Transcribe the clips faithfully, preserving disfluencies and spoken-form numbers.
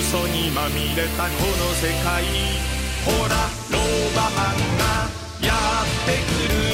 嘘にまみれたこの世界、ほらローバマンがやってくる。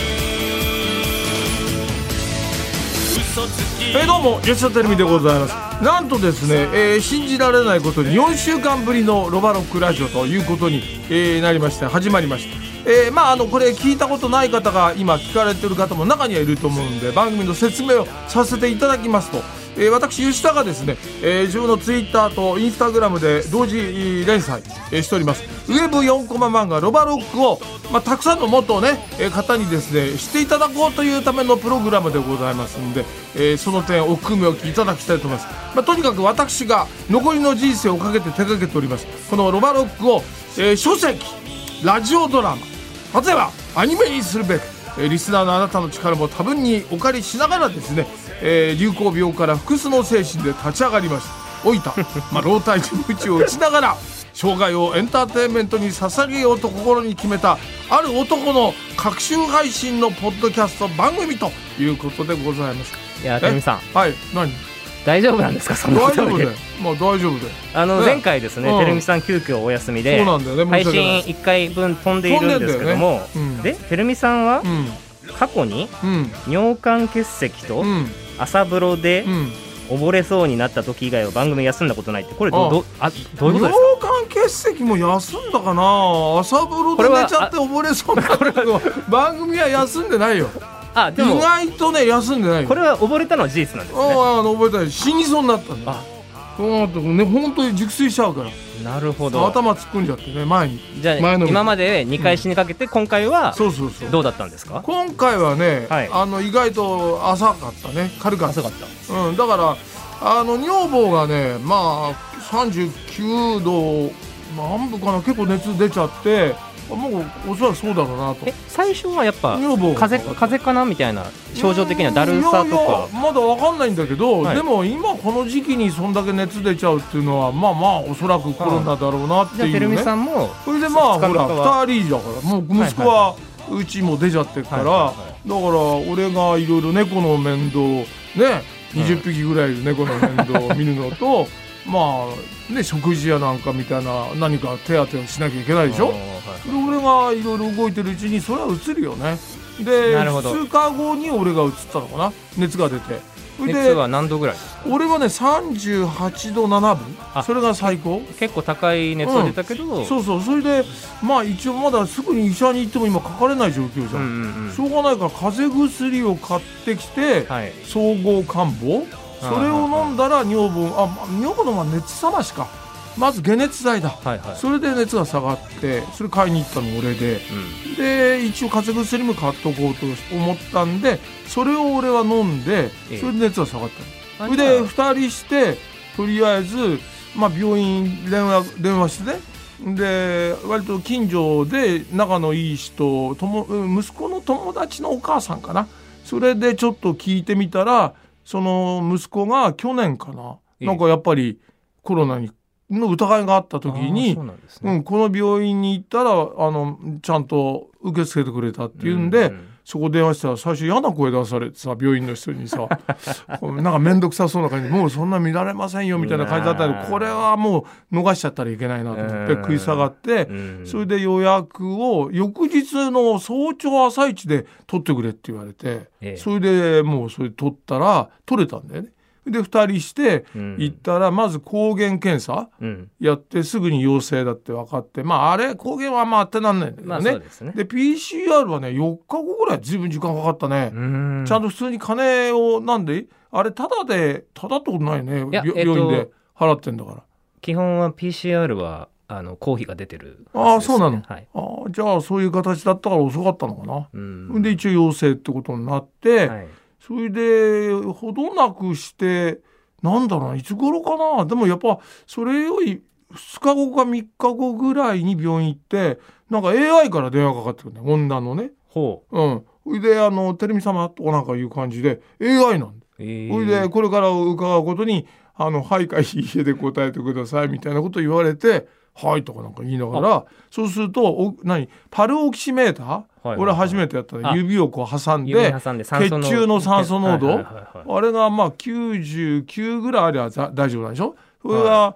嘘つきえー、どうも吉田テレビでございます。なんとですね、えー、信じられないことによんしゅうかんぶりのロバロックラジオということに、えー、なりまして始まりました。えー、まああのこれ聞いたことない方が今聞かれてる方も中にはいると思うんで、番組の説明をさせていただきますと、えー、私吉田がですね、えー、自分のツイッターとインスタグラムで同時連載、えー、しておりますウェブよんコマ漫画ロバロックを、まあ、たくさんの元ね、えー、方にですね知っていただこうというためのプログラムでございますので、えー、その点お含めおきいただきたいと思います。まあ、とにかく私が残りの人生をかけて手掛けておりますこのロバロックを、えー、書籍、ラジオドラマ、例えばアニメにするべく、えー、リスナーのあなたの力も多分にお借りしながらですね、えー、流行病から不屈の精神で立ち上がりました老いた、まあ、老体に鞭を打ちながら生涯をエンターテインメントに捧げようと心に決めたある男の各週配信のポッドキャスト番組ということでございます。 いや、てるみさん、 はい何大丈夫なんですか、そんなことで。 大丈夫で、まあ、大丈夫であの、 ね、 前回ですね、 うん、 てるみさん急遽お休みで、 そうなんだよね、 配信いっかいぶん飛んでいるんですけども、 ね、うん、 でてるみさんは、 うん、 過去に、 うん、 尿管結石と、うん、朝風呂で、うん溺れそうになった時以外は番組休んだことないって、これ ど, ど, あどういうことですか。 尿管結石も休んだかな。朝風呂で寝ちゃって溺れそうになったけど番組は休んでないよ。あでも意外とね休んでないよ。 これは溺れたのは事実なんですね。 ああ溺れたり死にそうになったんだ。あそうね、本当に熟睡しちゃうから。 なるほど。 頭突っ込んじゃってね前に。 じゃあ今までにかい死にかけて、うん、今回はどうだったんですか。 今回はね、はい、あの意外と浅かったね、軽かった。 浅かった。 うん、だからあの女房がね、まあさんじゅうきゅうど何分かな、結構熱出ちゃって、もうおそらくそうだろうなと。 え最初はやっぱ風邪かなみたいな症状的にはだるさとか。いやいやまだ分かんないんだけど、はい、でも今この時期にそんだけ熱出ちゃうっていうのはまあまあおそらくコロナだろうなっていうね。 じゃあてるみさんもそれでまあほらふたりだからもう息子はうちも出ちゃってるから、だから俺がいろいろ猫の面倒ねにじゅっぴきぐらいいる猫の面倒を見るのとまあね食事やなんかみたいな何か手当てをしなきゃいけないでしょ。で俺がいろいろ動いてるうちにそれは移るよね。でふつかごに俺が移ったのかな、熱が出て。 熱は何度ぐらいですか。 俺はねさんじゅうはちどななぶ、それが最高。 結構高い熱が出たけど、うん、 そうそう、それでまあ一応まだすぐに医者に行っても今かかれない状況じゃん、うんうんうん、しょうがないから風邪薬を買ってきて、はい、総合感冒それを飲んだら女房あ女房のは熱冷ましか、まず解熱剤だ、はいはい、それで熱が下がってそれ買いに行ったの俺で、うん、で一応風邪薬も買っとこうと思ったんでそれを俺は飲んでそれで熱が下がったの、ええ、でふたりしてとりあえず、まあ、病院電話、電話してね、で割と近所で仲のいい人とも息子の友達のお母さんかな、それでちょっと聞いてみたらその息子が去年かな、ええ、なんかやっぱりコロナにの疑いがあった時に、う、ね、うん、この病院に行ったらあのちゃんと受け付けてくれたっていうんで、うんうん、そこ電話したら最初嫌な声出されてさ、病院の人にさなんか面倒くさそうな感じでもうそんな見られませんよみたいな感じだったので、これはもう逃しちゃったらいけないなと思って食い下がって、それで予約を翌日の早朝朝一で取ってくれって言われて、それでもうそれ取ったら取れたんだよね。でふたりして行ったらまず抗原検査やってすぐに陽性だって分かって、まああれ抗原はまあ当てなんないんだけどね、まあそうですね。で ピーシーアール はねよっかごぐらいずいぶん時間かかったね。ちゃんと普通に金をなんであれタダでタダってことないね、病院で払ってんだから、えっと、 基本は ピーシーアール はあの公費が出てる、ね、 ああそうなの、 はい、 あじゃあそういう形だったから遅かったのかな。うんで一応陽性ってことになって、はい、それでほどなくしてなんだろうないつ頃かな、でもやっぱそれよりふつかごかみっかごぐらいに病院行ってなんか エーアイ から電話かかってくるね、女のね。 ほう、 うん、それであのテレビ様とかなんかいう感じで エーアイ なんで、えー、それでこれから伺うことにあのはいかいいえで答えてくださいみたいなこと言われてはいとかなんか言いながら、そうするとお何パルオキシメーター、はいはいはい、俺初めてやったね、指をこう挟んで挟んで血中の酸素濃度、はいはいはいはい、あれがまあきゅうじゅうきゅうぐらいあれば大丈夫なんでしょ。それが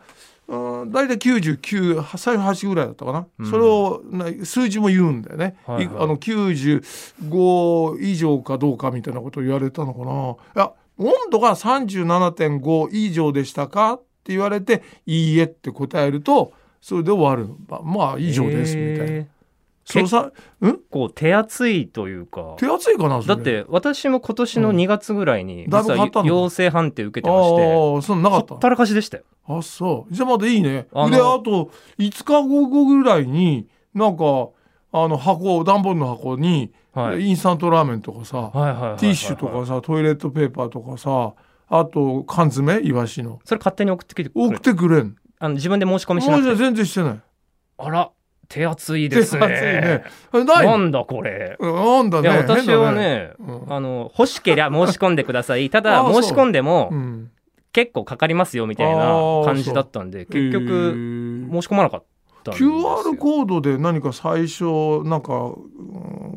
うん、だいたいきゅうじゅうきゅう、最初はちぐらいだったかな、うん、それを数字も言うんだよね、はいはい、あのきゅうじゅうご以上かどうかみたいなことを言われたのかな。いや温度が さんじゅうななてんご 以上でしたかって言われていいえって答えるとそれで終わる。まあ以上ですみたいな、えー結構手厚いというか。 手厚いかなそれ。 だって私も今年のにがつぐらいに実は陽性判定受けてまして、 ああそんななかった。 ほったらかしでしたよ。 あそうじゃあまだいいね。あであといつかごぐらいになんかあの箱段ボールの箱に、はい、インスタントラーメンとかさ、はいはいはいはい、ティッシュとかさトイレットペーパーとかさあと缶詰イワシのそれ勝手に送ってきてくれ送ってくれん。 あの自分で申し込みしなくて。 全然してない。 あら手厚いですね。 手厚いね。 なんだこれ。 なんだね。 いや私はね、うん、あの欲しけりゃ申し込んでください。ただ申し込んでも、うん、結構かかりますよみたいな感じだったんで結局申し込まなかったんですよ。 キューアール コードで何か最初なんか、うん、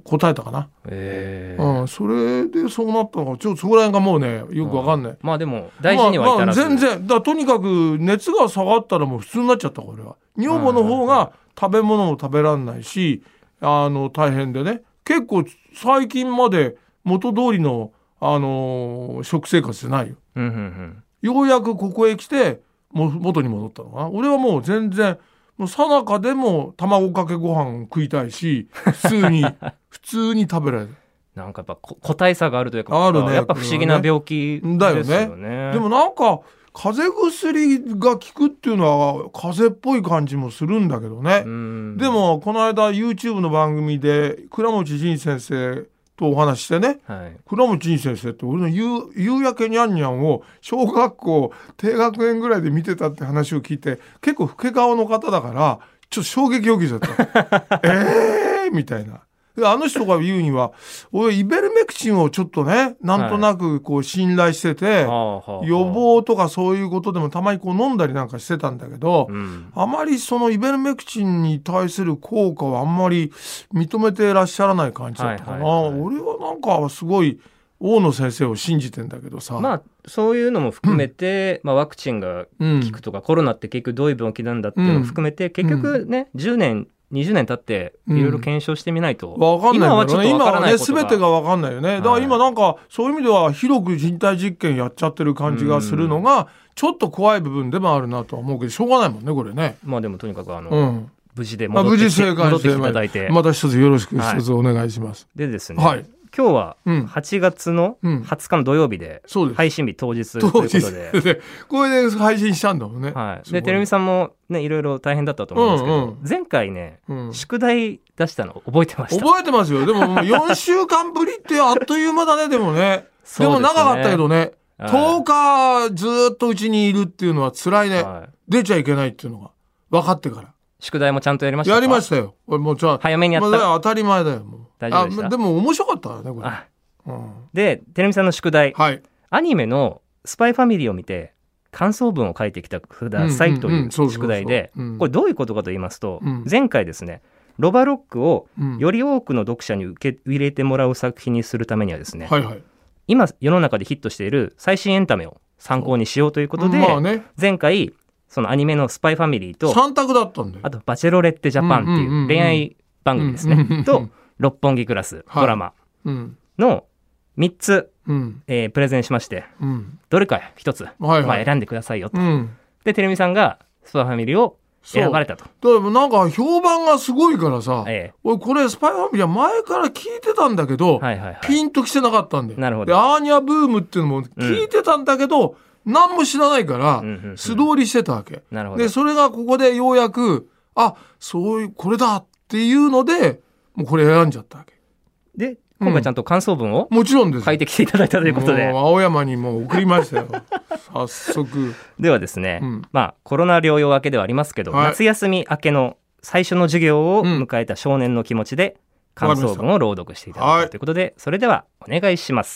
答えたかな、えーうん、それでそうなったのかちょっとそこら辺がもうねよくわかんない、 うん、まあでも大事には至らず、 まあまあ、全然だとにかく熱が下がったらもう普通になっちゃったこれは。女房の方が食べ物も食べられないしあの大変でね結構最近まで元通りの、あのー、食生活じゃないよ、うんうんうん、ようやくここへ来ても元に戻ったのかな。俺はもう全然もうさなかでも卵かけご飯食いたいし普通に普通に食べられる。 なんかやっぱ個体差があるというかある、ね、やっぱ不思議な病気ですよね。だよね。 でもなんか風邪薬が効くっていうのは風邪っぽい感じもするんだけどね。でもこの間 YouTube の番組で倉持仁先生とお話してね、はい、倉持仁先生って俺の 夕, 夕焼けにゃんにゃんを小学校低学年ぐらいで見てたって話を聞いて結構老け顔の方だからちょっと衝撃を受けちゃったえーみたいな。あの人が言うには俺イベルメクチンをちょっとねなんとなくこう信頼してて、はい、予防とかそういうことでもたまにこう飲んだりなんかしてたんだけど、うん、あまりそのイベルメクチンに対する効果はあんまり認めていらっしゃらない感じだったかな、はいはいはい、俺はなんかすごい大野先生を信じてんだけどさ、 まあそういうのも含めて、うんまあ、ワクチンが効くとか、うん、コロナって結局どういう病気なんだっていうのも含めて、うん、結局ね、うん、じゅうねんにじゅうねん経っていろいろ検証してみないと、 うん、分かんないんだろうね。今はちょっと分からないことが、今はね全てが分かんないよね。だから今なんかそういう意味では広く人体実験やっちゃってる感じがするのがちょっと怖い部分でもあるなとは思うけどしょうがないもんねこれね。 まあでもとにかくあの、うん、無事で戻ってきて、まあ、戻ってきていただいてまた一つよろしく一つお願いします、 はい、でですね、はい今日ははちがつのはつかの土曜日で配信日当日ということで、 これで配信したんだもんね、 はい、でてるみさんもねいろいろ大変だったと思うんですけど、うんうん、前回ね、うん、宿題出したの覚えてました？ 覚えてますよ。でもよんしゅうかんぶりってあっという間だねでもねでも長かったけどね、はい、とおかずっとうちにいるっていうのは辛いね、はい、出ちゃいけないっていうのが分かってから宿題もちゃんとやりましたか？やりましたよ。俺もうちょ早めにやった、 まあ、当たり前だよもう大丈夫でした？ あでも面白かったねこれ。あ、 うん、でてるみさんの宿題、はい、アニメのスパイファミリーを見て感想文を書いてきてくださいという宿題でこれどういうことかと言いますと、うん、前回ですねロバロックをより多くの読者に受け入れてもらう作品にするためにはですね、はいはい、今世の中でヒットしている最新エンタメを参考にしようということで、まあね、前回そのアニメのスパイファミリーとさん択だったんだよ。 あとバチェロレッテジャパンっていう恋愛番組ですね、うんうんうんうん、と六本木クラスドラマのみっつ、うんえー、プレゼンしまして、うん、どれかひとつ、はいはいまあ、選んでくださいよと、うん、でてるみさんがスパイファミリーを選ばれたと。 だからなんか評判がすごいからさ、ええ、俺これスパイファミリーは前から聞いてたんだけど、はいはいはい、ピンときてなかったんだよ。なるほど。でアーニャブームっていうのも聞いてたんだけど、うん何も知らないから、うんうんうん、素通りしてたわけ。なるほど。で、それがここでようやく、あ、そういう、これだっていうので、もうこれ選んじゃったわけ。 で、今回ちゃんと感想文を、 うん、もちろんです。 書いてきていただいたということで。 もう青山にもう送りましたよ。早速。 ではですね、うん、まあコロナ療養明けではありますけど、はい、夏休み明けの最初の授業を迎えた少年の気持ちで、感想文を朗読していただくということで、はい、それではお願いします。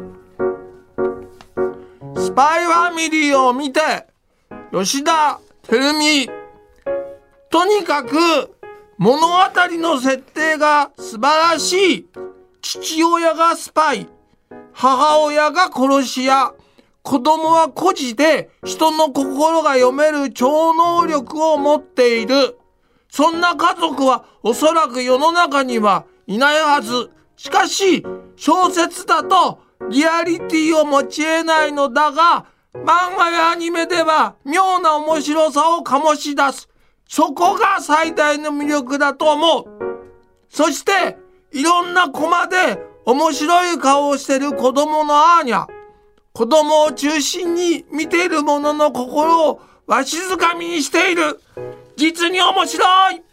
スパイファミリーを見て吉田照美とにかく物語の設定が素晴らしい。父親がスパイ、母親が殺し屋、 子供は孤児で人の心が読める超能力を持っている。そんな家族はおそらく世の中にはいないはず。しかし小説だとリアリティを持ち得ないのだが、漫画やアニメでは妙な面白さを醸し出す。そこが最大の魅力だと思う。そしていろんなコマで面白い顔をしている子供のアーニャ。子供を中心に見ている者の心をわしづかみにしている。実に面白い。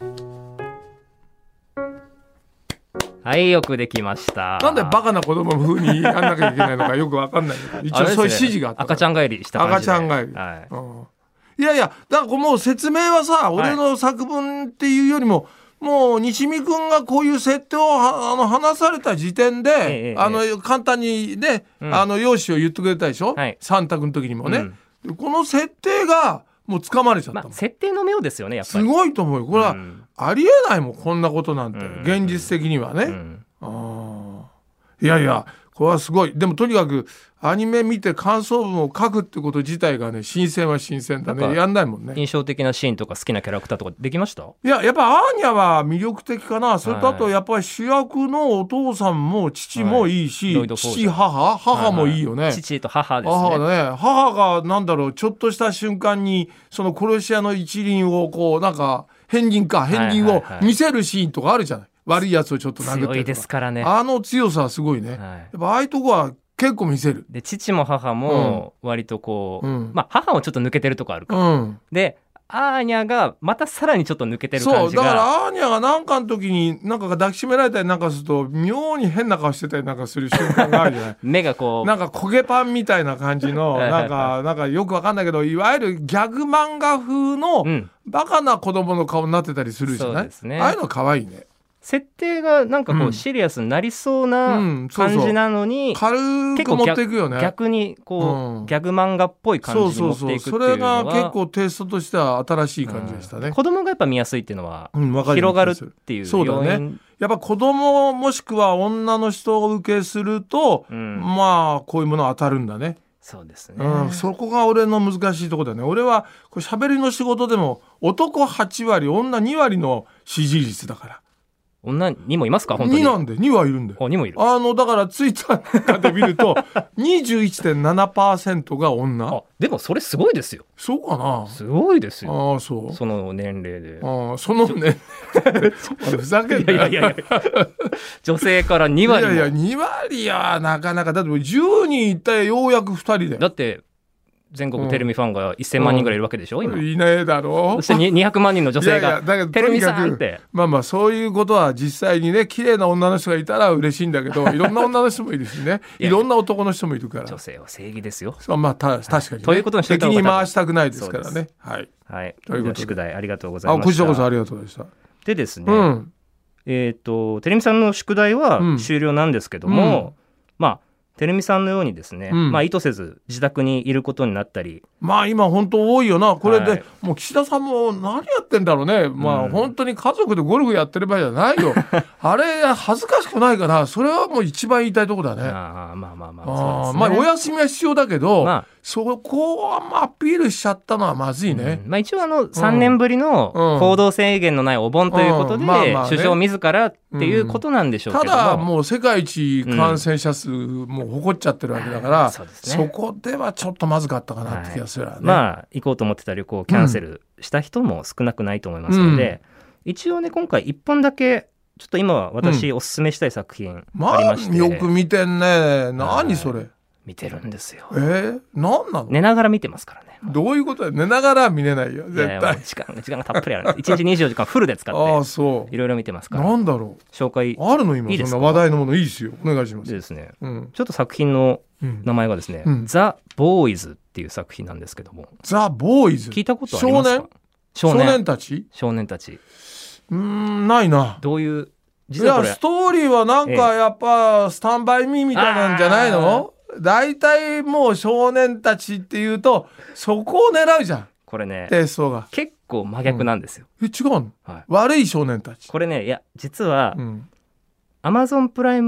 はい、よくできました。 なんでバカな子供風にやんなきゃいけないのかよくわかんないけど、一応そういう指示があった、ね、 赤ちゃん帰りした感じで。 赤ちゃん帰り、 はい、 うん、いやいや、だからもう説明はさ、俺の作文っていうよりも、もう西見くんがこういう設定をあの話された時点で、ええ、あの簡単にね、うん、あの用紙を言ってくれたでしょ、はい、さん択の時にもね、うん、この設定がもう掴まれちゃったもん、 まあ、設定の妙ですよね、やっぱり。 すごいと思うよ。これはありえないもん、こんなことなんて、うん、現実的にはね、うん、あいやいや、これはすごい。でもとにかくアニメ見て感想文を書くってこと自体がね、新鮮は新鮮だね。やんないもんね。 印象的なシーンとか好きなキャラクターとかできました？ いや、やっぱアーニャは魅力的かな。それとあとやっぱり主役のお父さんも父もいいし、はい、父母母もいいよね、はいはい、 父と母ですね。 母ね、母がなんだろう、ちょっとした瞬間にその殺し屋の一輪をこうなんか片鱗か片鱗を見せるシーンとかあるじゃない。悪いやつをちょっと殴ってるとか。 強いですからね。 あの強さはすごいね、はい、やっぱああいうとこは結構見せる。 で父も母も割とこう、うん、まあ母もちょっと抜けてるとこあるから、うん、でアーニャがまたさらにちょっと抜けてる感じが。 そうだからアーニャがなんかの時になんか抱きしめられたりなんかすると妙に変な顔してたりなんかする瞬間があるじゃない目がこうなんか焦げパンみたいな感じのなんかなんかよくわかんないけど、いわゆるギャグ漫画風のバカな子供の顔になってたりするじゃない、うん、そうですね、ああいうの可愛いね。 設定がなんかこうシリアスになりそうな感じなのに、 うんうん、そうそう軽く持っていくよね。 逆にこう、うん、ギャグ漫画っぽい感じに持っていくっていうのは、 そうそうそう、それが結構テイストとしては新しい感じでしたね、うん、 子供がやっぱ見やすいっていうのは、うん、広がるっていう要因。 そうだね、やっぱ子供もしくは女の人を受けすると、うん、まあこういうもの当たるんだね。 そうですね、 うん、そこが俺の難しいところだね。俺はこれ喋りの仕事でも男はちわり女にわりの支持率だから。 女にもいますか本当に。 になんでにはいるんだよ。 にもいる。 あのだからツイッターなんかで見ると にじゅういちてんななパーセント が女。 あでもそれすごいですよ。 そうかな。 すごいですよ。 あそう。 その年齢で。 あその年齢ふざけんな。 いやいやいや女性からにわりも。 いやいやにわりはなかなかだってじゅうにんいったらようやくふたりで。 だって全国テレビファンがせんまんにんぐらいいるわけでしょ、うん、今。 いないだろう。 そしてにひゃくまんにんの女性がテレビさんって。 まあまあそういうことは実際にね、綺麗な女の人がいたら嬉しいんだけど、いろんな女の人もいるしねいろんな男の人もいるから。 女性は正義ですよ。 そう、まあた確かに、ね、 ということにして敵に回したくないですからね。はい、 はい、ということで宿題ありがとうございました。 あ、こちらこそありがとうございました。 でですね、うん、えっ、ー、とてるみさんの宿題は終了なんですけども、うん、まあてるみさんのようにですね、うん、まあ、意図せず自宅にいることになったり、 まあ今本当多いよなこれで、はい、もう岸田さんも何やってんだろうね、まあ、うん、本当に家族でゴルフやってる場合じゃないよあれ恥ずかしくないからそれはもう一番言いたいとこだね。 あまあまあまあ、 あ、まあお休みは必要だけど、まあ、そこをあんまアピールしちゃったのはまずいね、 うんまあ、一応あのさんねんぶりの行動制限のないお盆ということで、うんうんまあまあね、首相自らっていうことなんでしょうけども、 ただもう世界一感染者数も誇っちゃってるわけだから、うん そ, ね、そこではちょっとまずかったかなって気がするわね、はい、 まあ行こうと思ってた旅行をキャンセルした人も少なくないと思いますので、うん、一応ね今回いっぽんだけちょっと今は私おすすめしたい作品ありまして、 うんまあ、よく見てんね。何それ。 見てるんですよ。 えー、何なの。 寝ながら見てますからね。 どういうことだよ。寝ながら見れないよ絶対。いやいや時間時間がたっぷりあるいちにちにじゅうよじかんフルで使ってあそういろいろ見てますから。 なんだろう紹介あるの今いいですか。そんな話題のものいいですよお願いします。 でですね、うん、ちょっと作品の名前がですね、うん、ザ・ボーイズっていう作品なんですけども。 ザ・ボーイズ聞いたことありますか。 少年少年たち少年たちうーんないな。 どういう実はこれいやストーリーはなんかやっぱ、ええ、スタンバイミーみたいなんじゃないの。大体もう少年たちっていうとそこを狙うじゃん。 これねテイストが結構真逆なんですよ、 うん、え違うの、はい、悪い少年たち。 これねいや実は、うん、Amazon プライム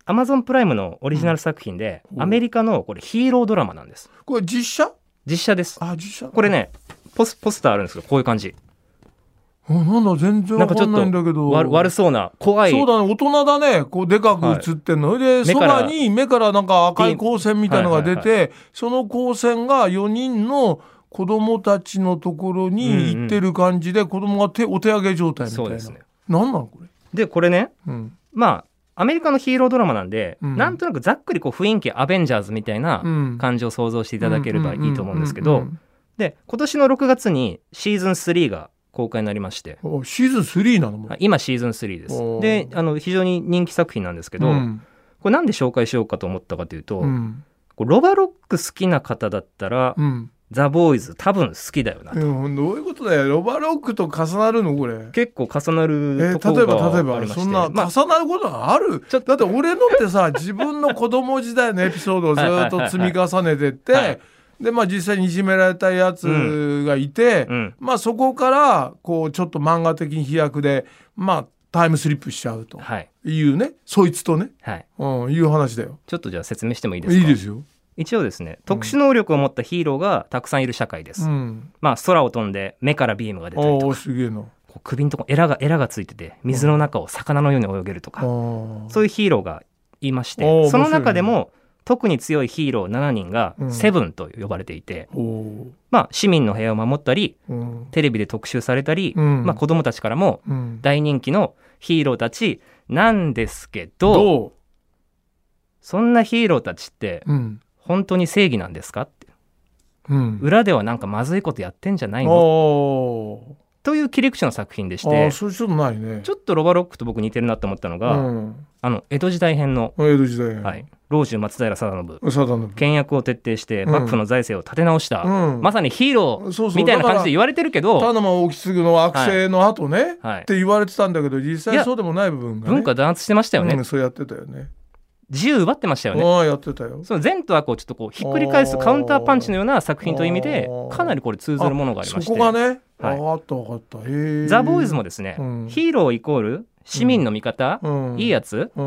Amazon プライムのオリジナル作品で、うん、アメリカのこれヒーロードラマなんです。 これ実写？ 実写です。 あ、実写。 これね、ポス、ポスターあるんですけど、こういう感じ。 あ、なんだ、全然わかんないんだけど。 悪、悪そうな、怖い。 そうだね、大人だね。こう、でかく映ってんの。はい、で、そばに目からなんか赤い光線みたいなのが出て、はいはいはい、その光線がよにんの子供たちのところに行ってる感じで、うんうん、子供が手お手上げ状態みたいな。そうですね。なんなのこれ。 で、これね、うん、まあ、アメリカのヒーロードラマなんで、うん、なんとなくざっくりこう雰囲気アベンジャーズみたいな感じを想像していただければいいと思うんですけど、で、今年のろくがつにシーズンスリーが公開になりまして。 シーズンスリーなの？ 今シーズンスリーです。で、あの非常に人気作品なんですけど、うん、これなんで紹介しようかと思ったかというと、うん、こうロバロック好きな方だったら、うん、ザ・ボーイズ多分好きだよなと。 うん、どういうことだよ。ロバロックと重なるのこれ。 結構重なるところがありまして、えー、例えば例えばそんな、 まあ、重なることがある？だって俺のってさ自分の子供時代のエピソードをずっと積み重ねてって、はいはいはい、でまあ、実際にいじめられたやつがいて、うんうん、まあ、そこからこうちょっと漫画的に飛躍で、まあ、タイムスリップしちゃうというね、はい、そいつとね、はいうん、いう話だよ。 ちょっとじゃあ説明してもいいですか？ いいですよ。 一応ですね、特殊能力を持ったヒーローがたくさんいる社会です、うんまあ、空を飛んで目からビームが出たりとか、 すげえな、こう首のとこエラがエラがついてて水の中を魚のように泳げるとか、そういうヒーローがいまして、その中でも特に強いヒーローしちにんがセブンと呼ばれていて、うん、まあ、市民の部屋を守ったり、うん、テレビで特集されたり、うんまあ、子供たちからも大人気のヒーローたちなんですけど、うん、そんなヒーローたちって本当に正義なんですかって、うん、裏ではなんかまずいことやってんじゃないのという切り口の作品でして、 あ、それちょっとないね。 ちょっとロバロックと僕似てるなと思ったのが、うん、あの江戸時代編の江戸時代編、 はい、老中松平定信倹約を徹底して幕府の財政を立て直した、うん、まさにヒーローみたいな感じで言われてるけど、 田沼意次の悪政の後ね、はい、って言われてたんだけど、実際そうでもない部分が、ね、 文化弾圧してましたよね、 うん、そうやってたよね。 自由奪ってましたよね。 ああ、やってたよ。 その善と悪をちょっとこうひっくり返すカウンターパンチのような作品という意味でかなりこれ通ずるものがありまして、 そこがね、 はい、 あった分かった。へザ・ボーイズもですね、うん、ヒーローイコール市民の味方、うん、いいやつ、うん、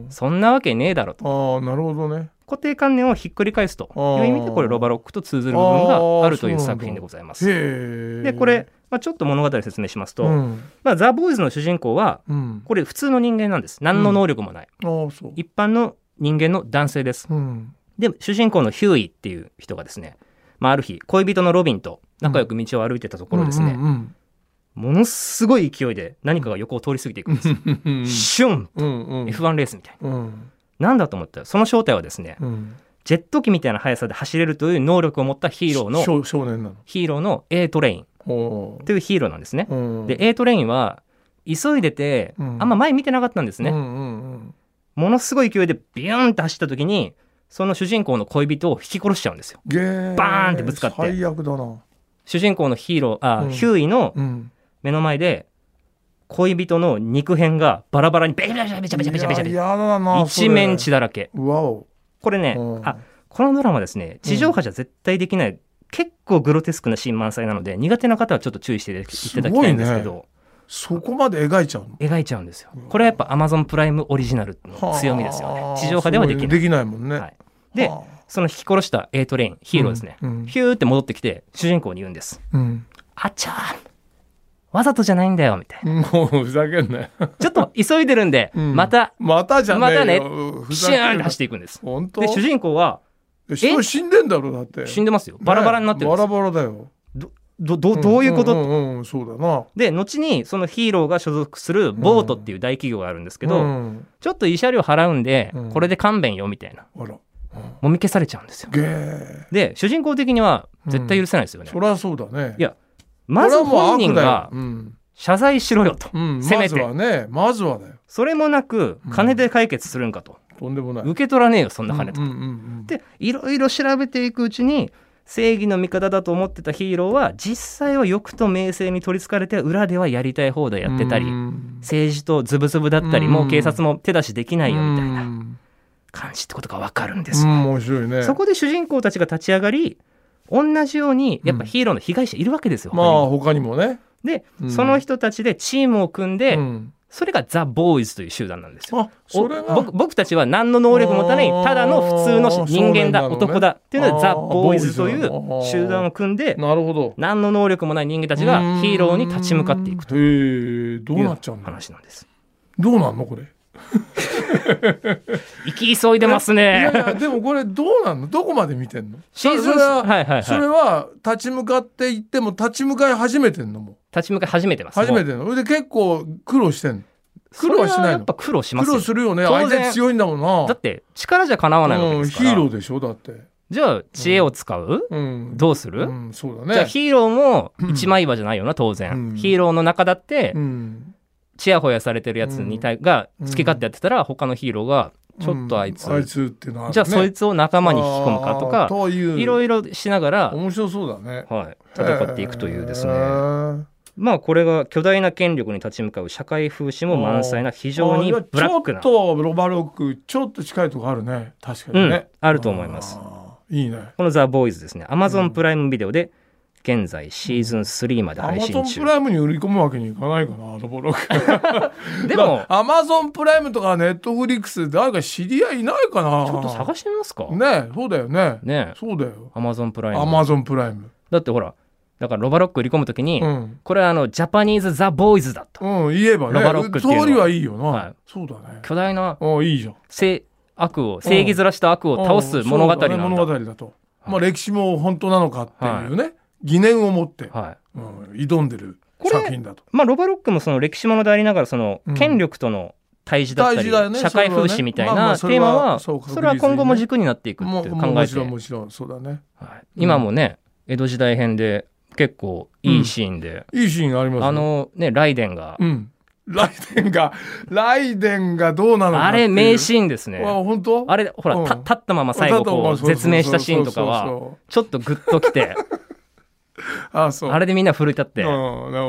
そんなわけねえだろと。 ああ、なるほどね。 固定観念をひっくり返すという意味でこれロバロックと通ずる部分があるという作品でございます。でこれ、まあ、ちょっと物語説明しますと、うんまあ、ザ・ボーイズの主人公は、うん、これ普通の人間なんです。何の能力もない、うん、あそう一般の人間の男性です、うん、で主人公のヒューイっていう人がですね、まあ、ある日恋人のロビンと仲良く道を歩いてたところですね、うんうんうん、ものすごい勢いで何かが横を通り過ぎていくんですシュンと、うんうん、エフワン レースみたいな、うん、なんだと思ったらその正体はですね、うん、ジェット機みたいな速さで走れるという能力を持ったヒーローの少年なのヒーローの A トレインというヒーローなんですね。で A トレインは急いでて、うん、あんま前見てなかったんですね、うんうんうん、ものすごい勢いでビューンって走った時にその主人公の恋人を引き殺しちゃうんですよ。バーンってぶつかって最悪だな。 主人公のヒーローあ、うん、ヒューイの目の前で恋人の肉片がバラバラにベチャベチャベチャベチャベチャベチャベチャ一面血だらけ。 うわおこれね、うん、あこのドラマですね地上波じゃ絶対できない、うん、結構グロテスクなシーン満載なので苦手な方はちょっと注意していただきたいんですけど、 そこまで描いちゃうの？ 描いちゃうんですよ。これはやっぱ Amazon プライムオリジナルの強みですよね。地上波ではできない。 できないもんね。 はい、で、その引き殺した A トレインヒーローですね、うんうん、ヒューって戻ってきて主人公に言うんです、うん、あっちゃーわざとじゃないんだよみたいな。 もうふざけんなよちょっと急いでるんで、うん、またまたじゃねえよ、またねシューンって走っていくんです。 本当？ で主人公は人死んでんだろだって。 死んでますよ。バラバラになってるんです。 バラバラだよ。 どどどどういうこと、うんうんうん、そうだな。で後にそのヒーローが所属するボートっていう大企業があるんですけど、うん、ちょっと慰謝料払うんで、うん、これで勘弁よみたいな、あら、うん、もみ消されちゃうんですよ。で主人公的には絶対許せないですよね、 うん、そりゃそうだね。 いやまず本人が謝罪しろよと、うん、せめて、 まずはねまずはだよ。 それもなく金で解決するんかと、 うん、とんでもない。 受け取らねえよそんな金と、うんうんうんうん、でいろいろ調べていくうちに正義の味方だと思ってたヒーローは実際は欲と名声に取りつかれて裏ではやりたい放題やってたり、政治とズブズブだったり、もう警察も手出しできないよみたいな感じってことが分かるんですよ。 面白いね。 そこで主人公たちが立ち上がり同じようにやっぱヒーローの被害者いるわけですよ、 うん、まあ他にもね。 で、うん、その人たちでチームを組んで、うん、 それがザ・ボーイズという集団なんですよ。 あ、それが僕, 僕たちは何の能力も持たないただの普通の人間だ、ね、男だっていうのでザ・ボーイズという集団を組んで、 なるほど、 何の能力もない人間たちがヒーローに立ち向かっていくという話なんです。 どうなんのこれ生き急いでますね。いやいやでもこれどうなんの、どこまで見てんの。シーズンそれは、はいはいはい、それは立ち向かっていっても立ち向かい始めてんの。も立ち向かい始めてます。 始めてんの。それで結構苦労してんの。苦労はしないの。 やっぱ苦労しますよ。 苦労するよね。相手強いんだもんな。 だって力じゃかなわないわけですから、 うん、ヒーローでしょ。だってじゃあ知恵を使う、うん、どうする、うん、 そうだね。 じゃあヒーローも一枚岩じゃないよな当然、うん、ヒーローの中だって、うんちやほやされてるやつに対が好き勝手やってたら、うん、他のヒーローがちょっとあいつ、うん、 あいつっていうのはあるね、 じゃあそいつを仲間に引き込むかとかといういろいろしながら面白そうだね、 はい、戦っていくというですね。まあこれが巨大な権力に立ち向かう社会風刺も満載な非常にブラックな、 ちょっとロバロックちょっと近いところあるね。確かにね、 うん、あると思います。 いいね。 このザ・ボーイズですね、アマゾンプライムビデオで現在シーズンスリーまで配信中。 アマゾンプライムに売り込むわけにいかないかな、ロボロックでもアマゾンプライムとかネットフリックスで誰か知り合いいないかな。 ちょっと探してみますかね。そうだよね。 ね、 そうだよ。 アマゾンプライム。 アマゾンプライムだってほら、だからロバロック売り込むときに、うん、これはあのジャパニーズザ・ボーイズだと、 うん、言えばね、 ロバロックっていうのは通りはいいよな、 はい、 そうだね。 巨大なあいいじゃん、 正悪を正義面した悪を倒す物語なんだ、 ね、物語だと、はい、まあ、歴史も本当なのかっていうね、はい、疑念を持って、はいうん、挑んでる作品だと。 まあ、ロバロックもその歴史物でありながらその権力との対峙だったり、うんね、社会風刺みたいなテーマはそれは今後も軸になっていくって考えて、 もちろんもちろんそうだね、 はい、今もね江戸時代編で結構いいシーンで、 うん、いいシーンがありますね。 あのねライデンが、 うん、ライデンがライデンがどうなのかあれ名シーンですね。 あ本当？ あれほら、うん、立ったまま最後こう絶命したシーンとかはちょっとグッときてあ, そうあれでみんな奮い立って、 うん、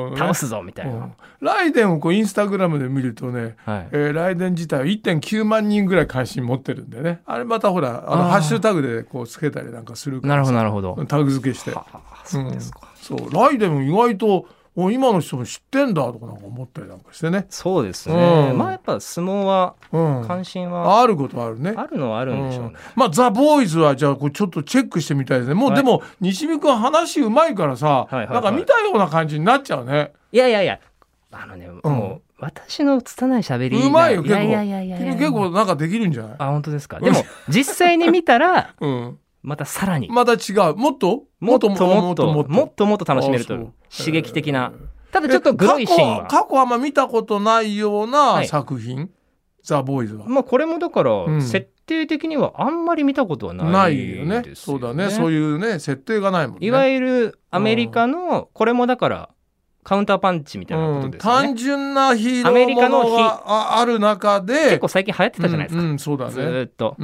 倒すぞみたいな、 うん、ライデンをこうインスタグラムで見るとね、はいえー、ライデン自体は いってんきゅうまんにんぐらい関心持ってるんでね。あれまたほらあのハッシュタグでこうつけたりなんかするから。 なるほどなるほど。 タグ付けして。 はあ、そうですか、 うん、そうライデンも意外と今の人も知ってんだとかなんか思ったりなんかしてね。 そうですね、うん、まあやっぱ相撲は関心は、 うん、あることはあるね。 あるのはあるんでしょうね、うん、 まあザ・ボーイズはじゃあこうちょっとチェックしてみたいですね。もう、はい、でも西見くん話うまいからさ、はいはいはい、なんか見たような感じになっちゃうね。 いやいやいやあのね、うん、もう私の拙い喋りがうまいよ結構。 いやいやいやいや結構なんかできるんじゃない？ あ本当ですか。でも実際に見たら、うんまたさらにまた違うもっともっともっともっともっともっともっと楽しめるという刺激的な。ただちょっとグロいシーンは過去あんま見たことないような作品、はい、ザ・ボーイズは、 まあ、これもだから、うん、設定的にはあんまり見たことはないですよね。 ないよね。そうだね。そういうね設定がないもんね。 いわゆるアメリカのこれもだからカウンターパンチみたいなことですよね、 うん、単純なヒーローものがある中で結構最近流行ってたじゃないですか、 うんうん、そうだね、 ずっと、うん、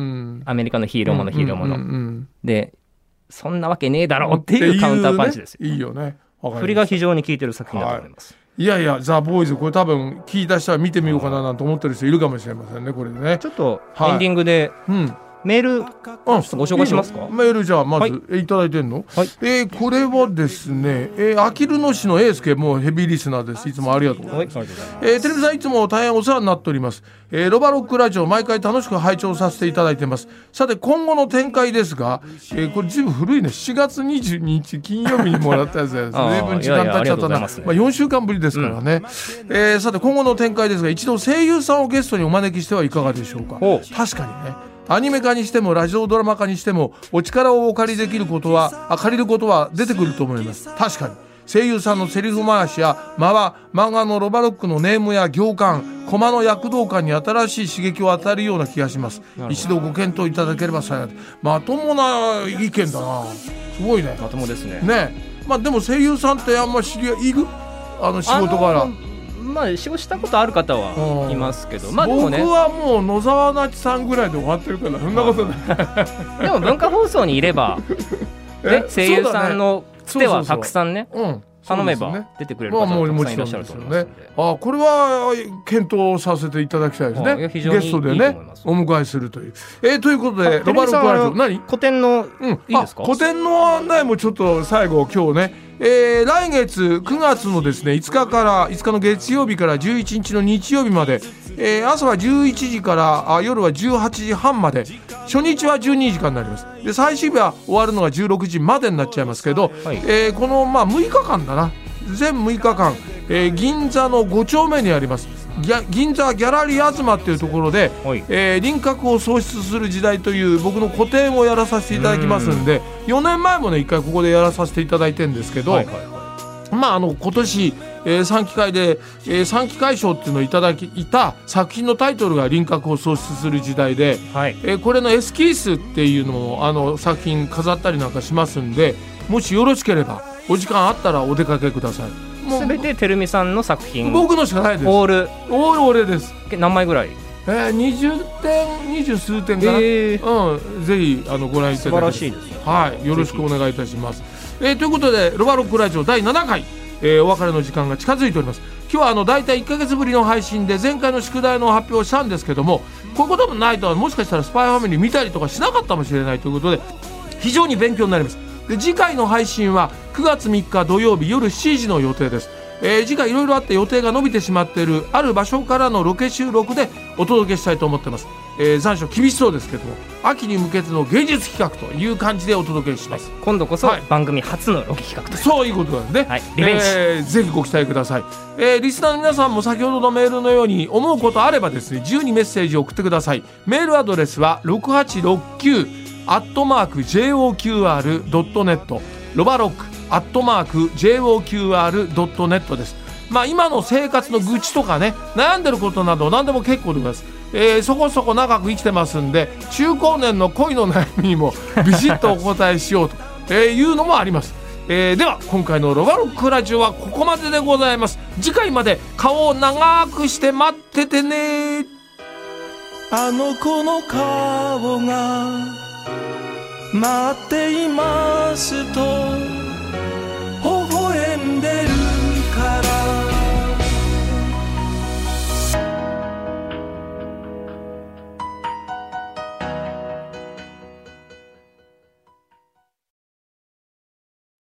アメリカのヒーローものヒーローもの、うんうんうん、でそんなわけねえだろっていうカウンターパンチですよ、 ね、いいよね。 振りが非常に効いてる作品だと思います、 はい、いやいやザ・ボーイズこれ多分聞いた人は見てみようかななんて思ってる人いるかもしれませんね。これでねちょっとエンディングで、はいうんメールちょっとご紹介しますか。 いいメールじゃあまず、はい、いただいてんの、はいえー、これはですね、えー、あきる野市の英介もヘビーリスナーです。いつもありがとうございます、はいえー、テレビさんいつも大変お世話になっております、えー、ロバロックラジオ毎回楽しく拝聴させていただいてます。さて今後の展開ですが、えー、これずいぶん古いねしちがつにじゅうににち金曜日にもらったやつです。随分時間経っちゃったな。いやいや、ねまあ、よんしゅうかんぶりですからね、うんえー、さて今後の展開ですが一度声優さんをゲストにお招きしてはいかがでしょうか。確かにねアニメ化にしてもラジオドラマ化にしてもお力をお借りできることはあ借りることは出てくると思います。確かに声優さんのセリフ回しや間は漫画のロバロックのネームや行間コマの躍動感に新しい刺激を与えるような気がします。一度ご検討いただければ幸い。まともな意見だな。すごいね。 まともですね。 ねまあでも声優さんってあんま知り合いいるあの仕事柄まあ仕事したことある方はいますけど、まあでもね、 僕はもう野沢那智さんぐらいで終わってるからそんなことないでも文化放送にいればね、声優さんのつてはたくさんね頼めば出てくれる方がたくさんいらっしゃると思いますので、 まあ、あこれは検討させていただきたいですね。ゲストでねお迎えするという、えー、ということでロバロックラジオ何古典の、うん、いいですか。 古典の案内もちょっと最後今日ね、 えー、来月くがつのですねいつかからいつかの月曜日からじゅういちにちの日曜日まで、えー、朝はじゅういちじからあ夜はじゅうはちじはんまで、初日はじゅうにじかんになります。で最終日は終わるのがじゅうろくじまでになっちゃいますけど、はい、えー、このまあむいかかんだな、全むいかかん、えー、銀座のごちょうめにありますギャ銀座ギャラリー東っていうところで、えー、輪郭を創出する時代という僕の個展をやらさせていただきますんで、よねんまえもねいっかいここでやらさせていただいてるんですけど、はいはいはい、まああの今年、えー、さんき会で、えー、さんき会賞っていうのをいただきいた作品のタイトルが輪郭を創出する時代で、はい、えー、これのエスキースっていうのをあの作品飾ったりなんかしますんで、もしよろしければお時間あったらお出かけください。 すべててるみさんの作品、 僕のしかないです。 オールオール俺です。 何枚ぐらい？ えー、にじゅってんにじゅう数点かな、えーうん、ぜひあのご覧いただき素晴らしいですね。 はい、よろしくお願いいたします。えー、ということでロバロックラジオだいななかい、えー、お別れの時間が近づいております。今日はあのだいたいいっかげつぶりの配信で前回の宿題の発表をしたんですけども、こういうこともないともしかしたらスパイファミリー見たりとかしなかったかもしれないということで非常に勉強になります。で次回の配信はくがつみっか土曜日夜しちじの予定です。えー、次回いろいろあって予定が伸びてしまっているある場所からのロケ収録でお届けしたいと思っています。えー、残暑厳しそうですけども秋に向けての芸術企画という感じでお届けします。 はい、今度こそ番組初のロケ企画と、 そういうことなんですね。 はい、リベンジ、 えー、ぜひご期待ください。えー、リスナーの皆さんも先ほどのメールのように思うことあればですね自由にメッセージを送ってください。メールアドレスはろくはちろくきゅうアットマーク ジェイオーキューアールドットネット ロバロックアットマーク ジェイオーキューアールドットネット です。まあ、今の生活の愚痴とかね悩んでることなど何でも結構でございます。えー、そこそこ長く生きてますんで中高年の恋の悩みにもビシッとお答えしようというのもあります。えー、では今回のロバロックラジオはここまででございます。次回まで顔を長くして待っててね。 あの子の顔が待っていますと